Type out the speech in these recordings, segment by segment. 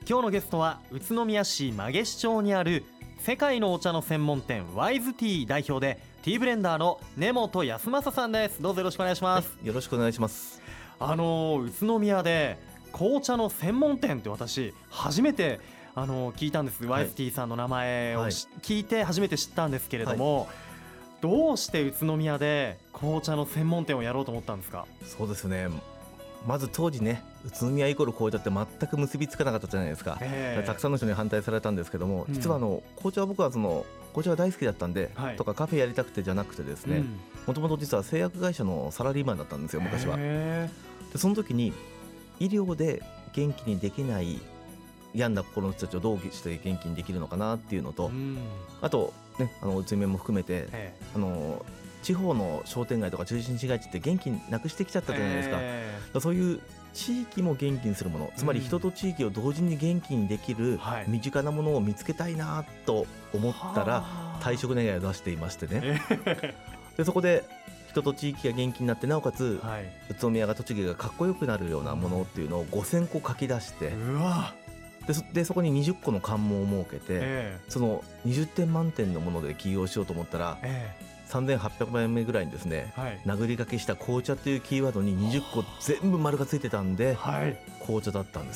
今日のゲストは宇都宮市馬毛市町にある世界のお茶の専門店ワイズティー代表でティーブレンダーの根本康正さんです。どうぞよろしくお願いします。 よろしくお願いします。 宇都宮で紅茶の専門店って私初めて聞いたんです、ワイズティーさんの名前を、聞いて初めて知ったんですけれども、どうして宇都宮で紅茶の専門店をやろうと思ったんですか？ そうですね、まず当時ね、宇都宮イコール紅茶って全く結びつかなかったじゃないですか。たくさんの人に反対されたんですけども、実は紅茶は僕は紅茶が大好きだったんで、とかカフェやりたくてじゃなくてですね、もともと実は製薬会社のサラリーマンだったんですよ、昔は。でその時に医療で元気にできない病んだ心の人たちをどうして元気にできるのかなっていうのと、あと、ね、宇都宮も含めて、地方の商店街とか中心市街地って元気なくしてきちゃったじゃないですか。そういう地域も元気にするもの、つまり人と地域を同時に元気にできる身近なものを見つけたいなと思ったら退職願を出していましてね、でそこで人と地域が元気になって、なおかつ、宇都宮が栃木がかっこよくなるようなものっていうのを5000個書き出して、でそこに20個の関門を設けて、その20点満点のもので起業しようと思ったら、3800万円目ぐらいにですね、殴り書きした紅茶というキーワードに20個全部丸がついてたんで、紅茶だったんです。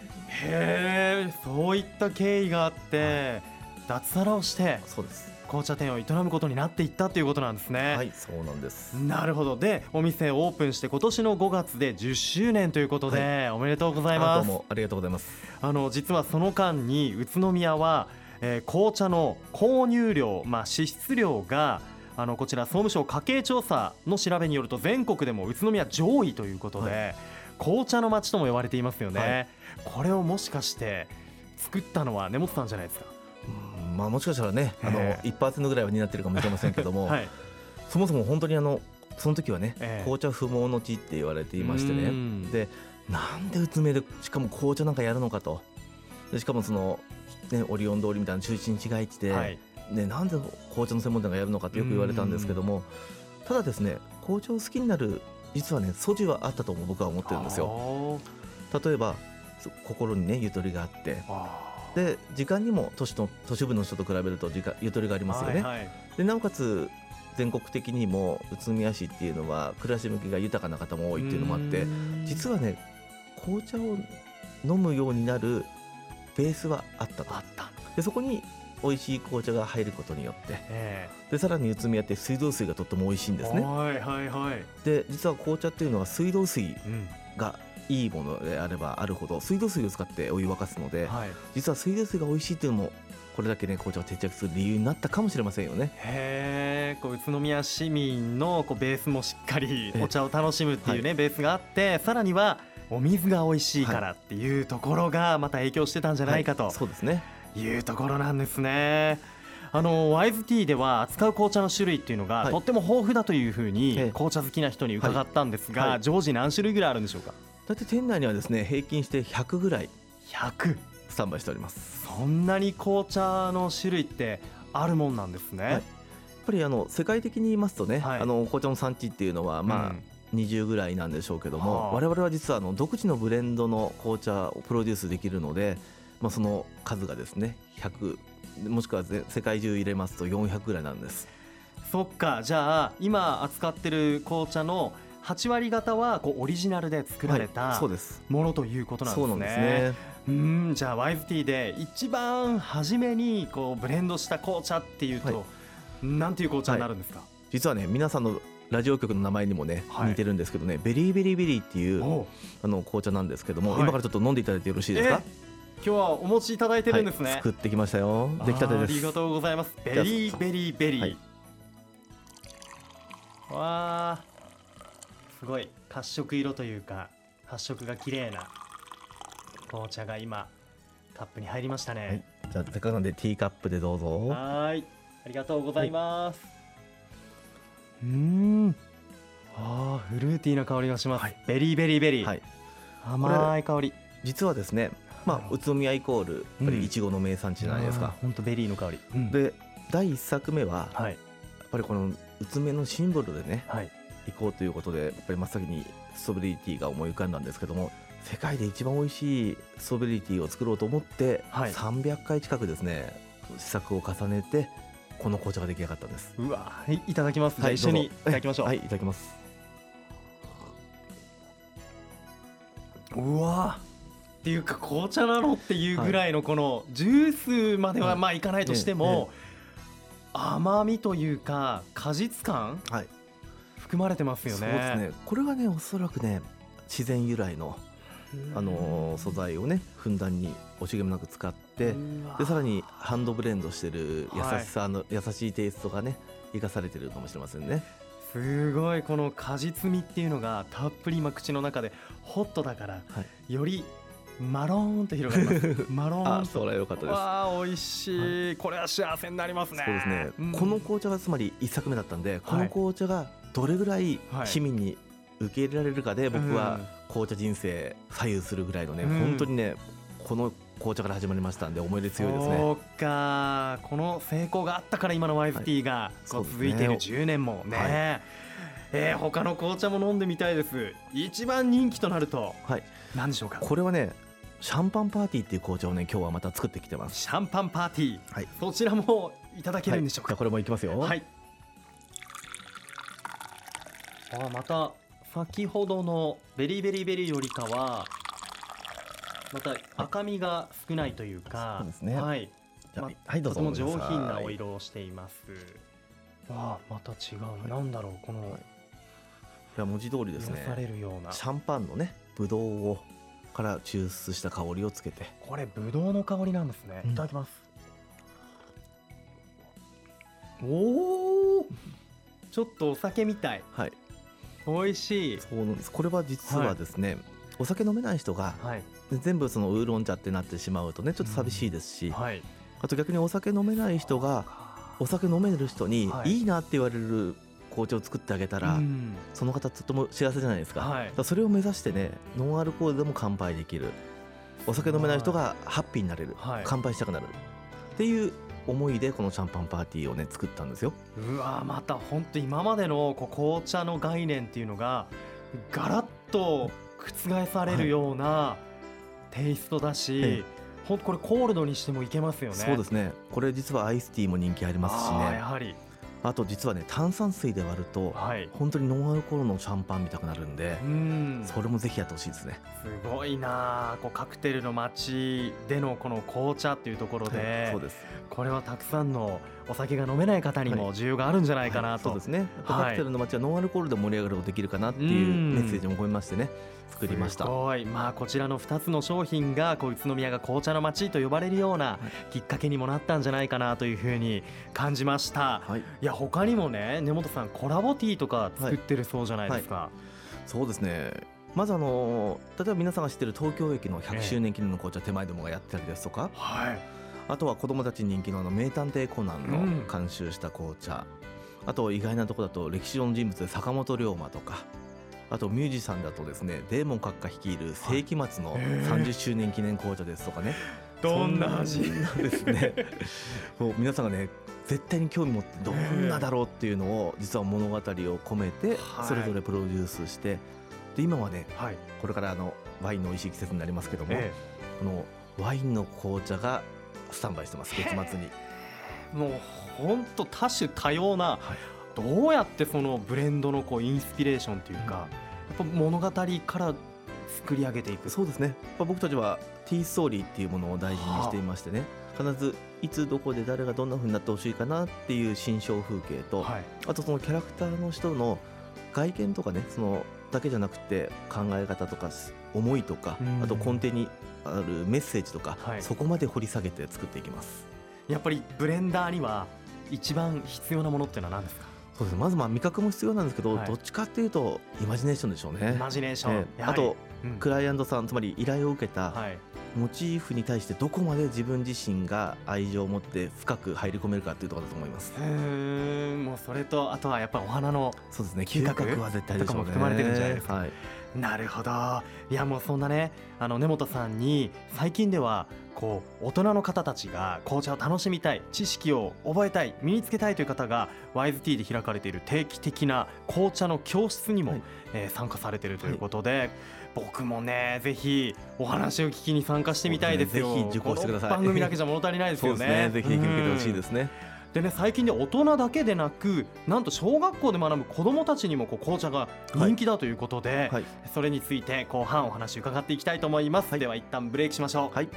そういった経緯があって、脱サラをして、 そうです、 紅茶店を営むことになっていったということなんですね。 はい、そうなんです。 なるほど。でお店をオープンして今年の5月で10周年ということで、おめでとうございます。 どうもありがとうございます。 実はその間に宇都宮は、紅茶の購入量、支出量がこちら総務省家計調査の調べによると全国でも宇都宮上位ということで、紅茶の街とも呼ばれていますよね。これをもしかして作ったのは根本さんじゃないですか？ もしかしたらね、1% ぐらいは担ってるかもしれませんけども、そもそも本当にその時はね、紅茶不毛の地って言われていましてね、でなんで宇都宮でしかも紅茶なんかやるのかと。でしかもオリオン通りみたいな中心市街地で、なんで紅茶の専門店がやるのかってよく言われたんですけども、ただですね、紅茶を好きになる実はね素地はあったと僕は思ってるんですよ。例えば心にねゆとりがあって、で時間にも都市部の人と比べるとゆとりがありますよね。でなおかつ全国的にも宇都宮市っていうのは暮らし向きが豊かな方も多いっていうのもあって、実はね紅茶を飲むようになるベースはあったと。でそこに美味しい紅茶が入ることによって、でさらに宇都宮って水道水がとっても美味しいんですね。で実は紅茶っていうのは水道水がいいものであればあるほど水道水を使ってお湯沸かすので、実は水道水が美味しいっていうのもこれだけね紅茶を定着する理由になったかもしれませんよね。 宇都宮市民のベースもしっかりお茶を楽しむっていうね、ベースがあって、さらにはお水が美味しいからっていうところがまた影響してたんじゃないかと、 そうですね、 いうところなんですね。ワイズティーでは扱う紅茶の種類っていうのがとっても豊富だというふうに紅茶好きな人に伺ったんですが、常時何種類ぐらいあるんでしょうか？ だって店内にはですね平均して100ぐらい 100 スタンバイしております。 そんなに紅茶の種類ってあるもんなんですね。 やっぱり世界的に言いますとね、紅茶の産地っていうのは20ぐらいなんでしょうけども、我々は実は独自のブレンドの紅茶をプロデュースできるので、その数がですね100もしくは世界中入れますと400ぐらいなんです。 そっか。じゃあ今扱ってる紅茶の8割方はオリジナルで作られたものということなんですね。 そうなんですね。 じゃあワイズティーで一番初めにブレンドした紅茶っていうと、なんていう紅茶になるんですか？ 実はね皆さんのラジオ局の名前にもね似てるんですけどね、ベリーベリーベリーっていう紅茶なんですけども、今からちょっと飲んでいただいてよろしいですか？ 今日はお持ちいただいてるんですね。 作ってきましたよ。出来たてです。 ありがとうございます。ベリーベリーベリー、わーすごい褐色色というか発色が綺麗な紅茶が今カップに入りましたね。 じゃあせっかくなんでティーカップでどうぞ。 はい、ありがとうございます。フルーティーな香りがします。ベリーベリーベリー、甘い香り。実はですね宇都宮イコールやっぱりいちごの名産地じゃないですか。 本当ベリーの香り、 で第1作目は、やっぱりこの宇都宮のシンボルでね、行こうということでやっぱり真っ先にストロベリーティーが思い浮かんだんですけども、 世界で一番美味しいストロベリーティーを作ろうと思って、300回近くですね試作を重ねてこの紅茶が出来上がったんです。 うわ、いただきます。じゃあ一緒にいただきましょう。 はい、いただきます。 うわっていうか紅茶なのっていうぐらいのこのジュースまではまあいかないとしても、甘みというか果実感、含まれてますよね。 そうですね。これがねおそらくね自然由来の素材をねふんだんに惜しげもなく使って、でさらにハンドブレンドしてる優しさの、優しいテイストがね生かされてるかもしれませんね。 すごいこの果実味っていうのがたっぷり今口の中でホットだから、よりマローンと広がります。マローンと。 それは良かったです。 わあ美味しい、これは幸せになりますね。 そうですね、この紅茶がつまり1作目だったんで、この紅茶がどれぐらい市民に受け入れられるかで、僕は紅茶人生左右するぐらいのね、本当にねこの紅茶から始まりましたんで思い出強いですね。 そうか、この成功があったから今のワイズティーが続いている10年もね、他の紅茶も飲んでみたいです。一番人気となると何でしょうか。 これはねシャンパンパーティーっていう紅茶をね今日はまた作ってきてます。 シャンパンパーティー、そちらもいただけるんでしょうか。 じゃあこれもいきますよ。 また先ほどのベリーベリーベリーよりかはまた赤みが少ないというか、 そうですね。 とても上品なお色をしています。また違う、なんだろうこの、 いや文字通りですね、 癒されるようなシャンパンのねブドウをから抽出した香りをつけて、 これブドウの香りなんですね。いただきます。おお、ちょっとお酒みたい。美味しい。 そうなんです。これは実はですね、お酒飲めない人が、全部そのウーロン茶ってなってしまうとねちょっと寂しいですし、あと逆にお酒飲めない人がお酒飲める人にいいなって言われる紅茶を作ってあげたら、その方とても幸せじゃないですか。それを目指してねノンアルコールでも乾杯できる、お酒飲めない人がハッピーになれる、乾杯したくなるっていう思いでこのシャンパンパーティーをね作ったんですよ。 また本当今までの紅茶の概念っていうのがガラッと覆されるようなテイストだし、これコールドにしてもいけますよね。 そうですね。これ実はアイスティーも人気ありますしね。 やはりあと実はね炭酸水で割ると、本当にノンアルコールのシャンパン見たくなるんで、それもぜひやってほしいですね。 すごいな、カクテルの街でのこの紅茶っていうところで、 そうです。 これはたくさんのお酒が飲めない方にも需要があるんじゃないかなと。 そうですね。カクテルの街はノンアルコールで盛り上がることできるかなっていうメッセージも込めましてね作りました。 すごい、こちらの2つの商品が宇都宮が紅茶の街と呼ばれるようなきっかけにもなったんじゃないかなというふうに感じました。いや他にもね根本さんコラボティーとか作ってるそうじゃないですか。 そうですね。まず例えば皆さんが知ってる東京駅の100周年記念の紅茶手前どもがやったりですとか、あとは子どもたちに人気の名探偵コナンの監修した紅茶、あと意外なところだと歴史上の人物で坂本龍馬とか、あとミュージシャンだとですねデーモン閣下率いる世紀末の30周年記念紅茶ですとかね、 どんな味なんですね。もう皆さんがね絶対に興味持ってどんなだろうっていうのを実は物語を込めてそれぞれプロデュースして、で今はねこれからワインの美味しい季節になりますけども、このワインの紅茶がスタンバイしてます。月末にもう本当多種多様な、どうやってそのブレンドのインスピレーションというか、やっぱ物語から作り上げていく。 そうですね。僕たちはティーストーリーっていうものを大事にしていましてね、必ずいつどこで誰がどんな風になってほしいかなっていう心象風景と、あとそのキャラクターの人の外見とかね、そのだけじゃなくて考え方とか思いとか、あと根底にあるメッセージとか、そこまで掘り下げて作っていきます。 やっぱりブレンダーには一番必要なものっていうのは何ですか？ そうですね。まず味覚も必要なんですけど、どっちかっていうとイマジネーションでしょうね。 イマジネーション、 あと、クライアントさん、つまり依頼を受けたモチーフに対してどこまで自分自身が愛情を持って深く入り込めるかっていうところだと思います。 もうそれとあとはやっぱりお花の嗅覚は絶対でしょうね。 とかも含まれてるんじゃないですか。なるほど。いやもうそんなね根本さんに最近では大人の方たちが紅茶を楽しみたい、知識を覚えたい、身につけたいという方がワイズティーで開かれている定期的な紅茶の教室にも、参加されているということで、 僕もねぜひお話を聞きに参加してみたいですよ。 ぜひ受講してください。 この番組だけじゃ物足りないですよね。 そうですね、ぜひ受けてほしいですね。 でね、最近で大人だけでなくなんと小学校で学ぶ子どもたちにも紅茶が人気だということで、はい、それについて後半お話伺っていきたいと思います、はい、では一旦ブレイクしましょう、はい、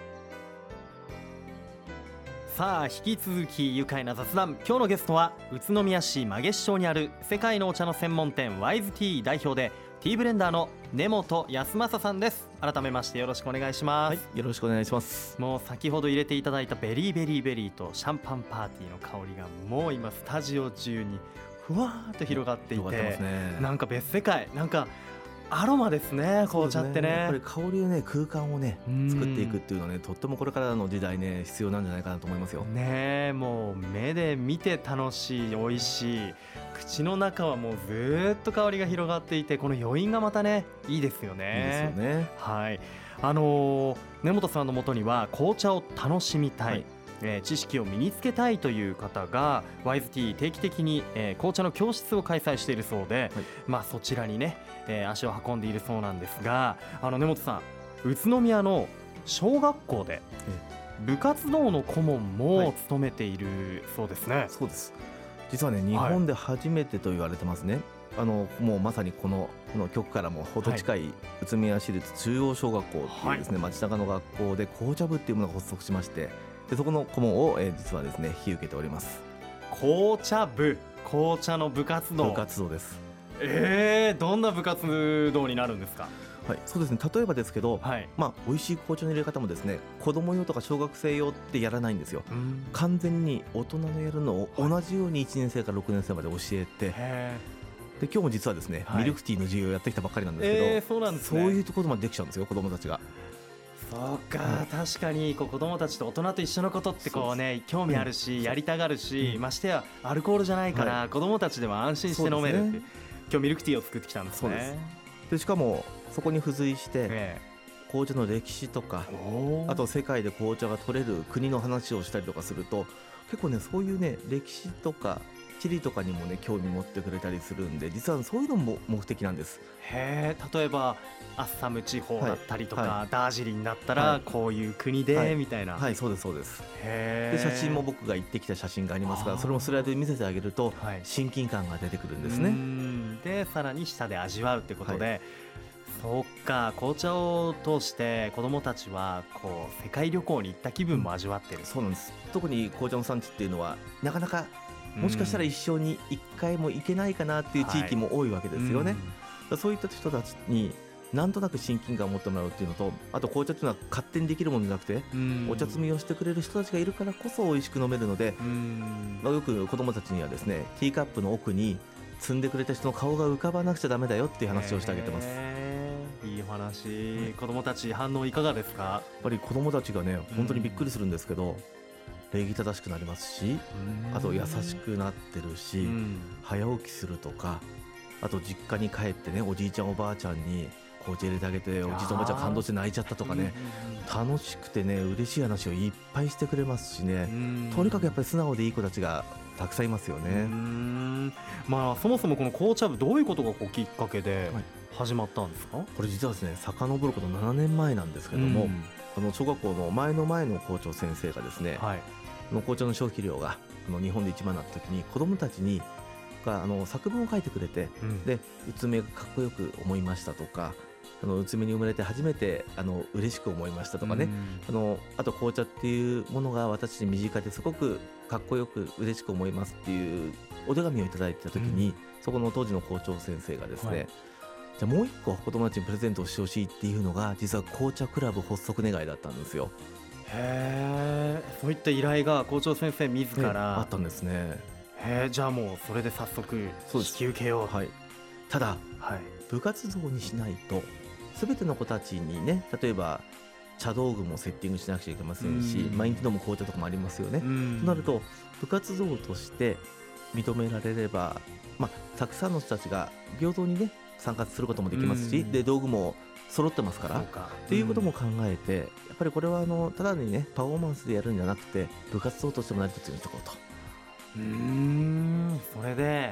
さあ引き続き愉快な雑談。今日のゲストは宇都宮市馬毛市町にある世界のお茶の専門店ワイズティー代表でティーブレンダーの根本康正さんです。改めましてよろしくお願いします、 はい、よろしくお願いします。 もう先ほど入れていただいたベリーベリーベリーとシャンパンパーティーの香りがもう今スタジオ中にふわーっと広がっていて、なんか別世界、なんかアロマですね、紅茶ってね。 やっぱり香りをね、空間をね作っていくっていうのはね、とってもこれからの時代ね必要なんじゃないかなと思いますよね。もう目で見て楽しい、美味しい、口の中はもうずっと香りが広がっていて、この余韻がまたねいいですよね。 いいですよね。 はい、根本さんのもとには紅茶を楽しみたい、知識を身につけたいという方がワイズティー定期的に、紅茶の教室を開催しているそうで、はい、そちらにね、足を運んでいるそうなんですが、根本さん、宇都宮の小学校で部活動の顧問も務めているそうですね、はい、 そうです。実はね、日本で初めてと言われてますね、はい、もうまさにこの局からもほど近い宇都宮市立中央小学校っていうですね、街中の学校で紅茶部っていうものが発足しまして、でそこの顧問を、実はですね引き受けております。 紅茶部、紅茶の部活動です。 どんな部活動になるんですか？ はい、そうですね、例えばですけど、はい、美味しい紅茶の入れ方もですね、子供用とか小学生用ってやらないんですよ。完全に大人のやるのを同じように1年生から6年生まで教えて、で今日も実はですね、ミルクティーの授業をやってきたばっかりなんですけど、そうなんですね、そういうところまでできちゃうんですよ、子供たちが。 そうか、確かに子供たちと大人と一緒のことって興味あるし、やりたがるし、ましてやアルコールじゃないから、子供たちでも安心して飲めるって、今日ミルクティーを作ってきたんですね。そうです。 でしかもそこに付随して、紅茶の歴史とか、あと世界で紅茶が取れる国の話をしたりとかすると、結構ねそういうね歴史とか地理とかにもね興味持ってくれたりするんで、実はそういうのも目的なんです。 例えばアッサム地方だったりとか、ダージリンだったらこういう国で、みたいな。 はい、そうですそうです。で写真も僕が行ってきた写真がありますから、それもスライドで見せてあげると、親近感が出てくるんですね。 でさらに舌で味わうってことで、そうか、紅茶を通して子どもたちは世界旅行に行った気分も味わってる。 そうなんです。特に紅茶の産地っていうのはなかなかもしかしたら一生に1回も行けないかなっていう地域も多いわけですよね。そういった人たちになんとなく親近感を持ってもらうっていうのと、あと紅茶っていうのは勝手にできるものじゃなくて、お茶摘みをしてくれる人たちがいるからこそ美味しく飲めるので、よく子どもたちにはですね、ティーカップの奥に摘んでくれた人の顔が浮かばなくちゃダメだよっていう話をしてあげてます。 いいお話。子どもたち反応いかがですか？ やっぱり子どもたちがね本当にびっくりするんですけど、礼儀正しくなりますし、あと優しくなってるし、早起きするとか、あと実家に帰ってねおじいちゃんおばあちゃんに紅茶入れてあげて、おじいちゃんおばあちゃん感動して泣いちゃったとかね、楽しくてね嬉しい話をいっぱいしてくれますしね、とにかくやっぱり素直でいい子たちがたくさんいますよね。 そもそもこの紅茶部、どういうことがきっかけで始まったんですか？ これ実はですね、遡ること7年前なんですけども、小学校の前の校長先生がですね、紅茶の消費量が日本で一番になった時に子どもたちに作文を書いてくれて、で宇都宮がかっこよく思いましたとか、宇都宮に生まれて初めて嬉しく思いましたとかね、あと紅茶っていうものが私に身近ですごくかっこよく嬉しく思いますっていうお手紙をいただいた時に、そこの当時の校長先生がですね、じゃあもう一個子供たちにプレゼントをしてほしいっていうのが実は紅茶クラブ発足願いだったんですよ。 そういった依頼が校長先生自らあったんですね。 じゃあもうそれで早速引き受けよう。 ただ、部活動にしないと全ての子たちにね、例えば茶道具もセッティングしなくちゃいけませんし、毎日飲む紅茶とかもありますよね。となると部活動として認められれば、たくさんの人たちが平等にね参加することもできますし、で道具も揃ってますからっていうことも考えて、やっぱりこれはただにねパフォーマンスでやるんじゃなくて部活動としても成り立つようにしとこうと。 それで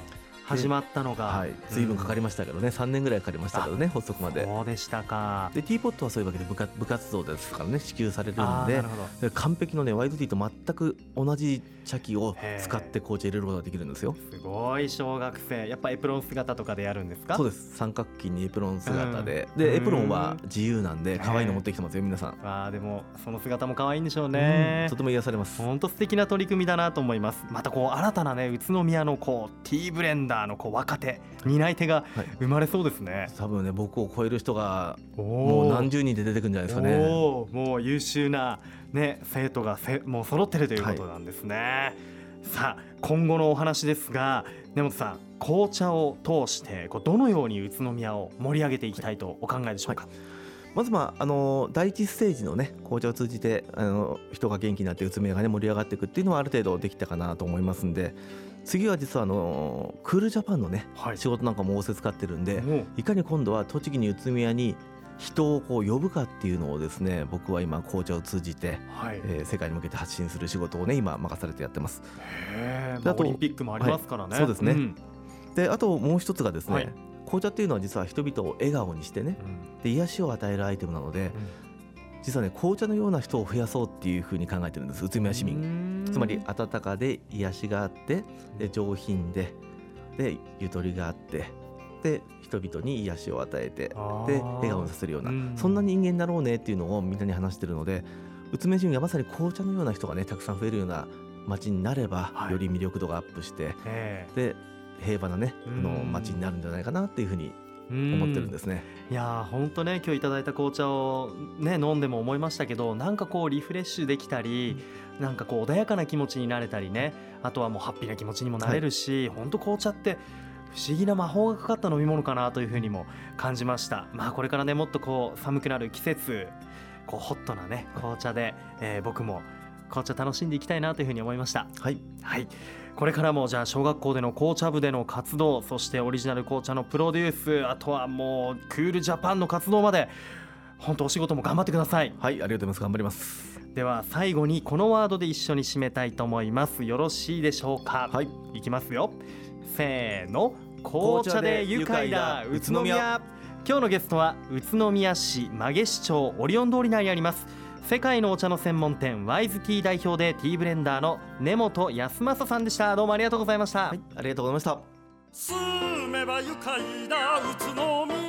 始まったのが、 はい、随分かかりましたけどね、3年ぐらいかかりましたけどね、発足まで。 そうでしたか。 でティーポットはそういうわけで部活動ですからね支給されるんで、完璧のねワイドティーと全く同じ茶器を使って紅茶入れることができるんですよ。 すごい。小学生やっぱエプロン姿とかでやるんですか？ そうです。三角巾にエプロン姿で、でエプロンは自由なんで可愛いの持ってきてますよ皆さん。 でもその姿も可愛いんでしょうね。 とても癒されます。 本当素敵な取り組みだなと思います。またこう新たなね宇都宮のこうティーブレンダーのこう若手担い手が生まれそうですね。 多分ね僕を超える人がもう何十人で出てくるんじゃないですかね。 もう優秀な、ね、生徒がもう揃ってるということなんですね。さあ今後のお話ですが、根本さん紅茶を通してこうどのように宇都宮を盛り上げていきたいとお考えでしょうか？ まず第一ステージのね紅茶を通じて人が元気になって宇都宮がね盛り上がっていくっていうのはある程度できたかなと思いますんで、次は実はクールジャパンのね、仕事なんかも仰せつかってるんで、いかに今度は栃木に宇都宮に人をこう呼ぶかっていうのをですね、僕は今紅茶を通じて、世界に向けて発信する仕事をね今任されてやってます。 オリンピックもありますからね。 そうですね、であともう一つがですね、紅茶っていうのは実は人々を笑顔にしてね、で癒しを与えるアイテムなので、実はね紅茶のような人を増やそうっていうふうに考えてるんです、宇都宮市民。つまり温かで癒しがあって、で上品でゆとりがあって、で人々に癒しを与えて、で笑顔にさせるような、そんな人間になろうねっていうのをみんなに話してるので、宇都宮市民がまさに紅茶のような人がねたくさん増えるような街になれば、より魅力度がアップして、で平和なね街になるんじゃないかなっていうふうに思ってるんですね。 いや本当ね今日いただいた紅茶をね飲んでも思いましたけど、なんかこうリフレッシュできたり、なんかこう穏やかな気持ちになれたりね、あとはもうハッピーな気持ちにもなれるし、本当紅茶って不思議な魔法がかかった飲み物かなというふうにも感じました。これからねもっとこう寒くなる季節、こうホットなね紅茶で、僕も紅茶楽しんでいきたいなというふうに思いました。これからもじゃあ小学校での紅茶部での活動、そしてオリジナル紅茶のプロデュース、あとはもうクールジャパンの活動まで本当お仕事も頑張ってください。 ありがとうございます。頑張ります。 では最後にこのワードで一緒に締めたいと思います。よろしいでしょうか？いきますよ、せーの。紅茶で愉快だ宇都宮。今日のゲストは宇都宮市曲市町オリオン通り内にあります世界のお茶の専門店ワイズティー代表でティーブレンダーの根本康正さんでした。どうもありがとうございました。 ありがとうございました。 住めば愉快だ宇都宮。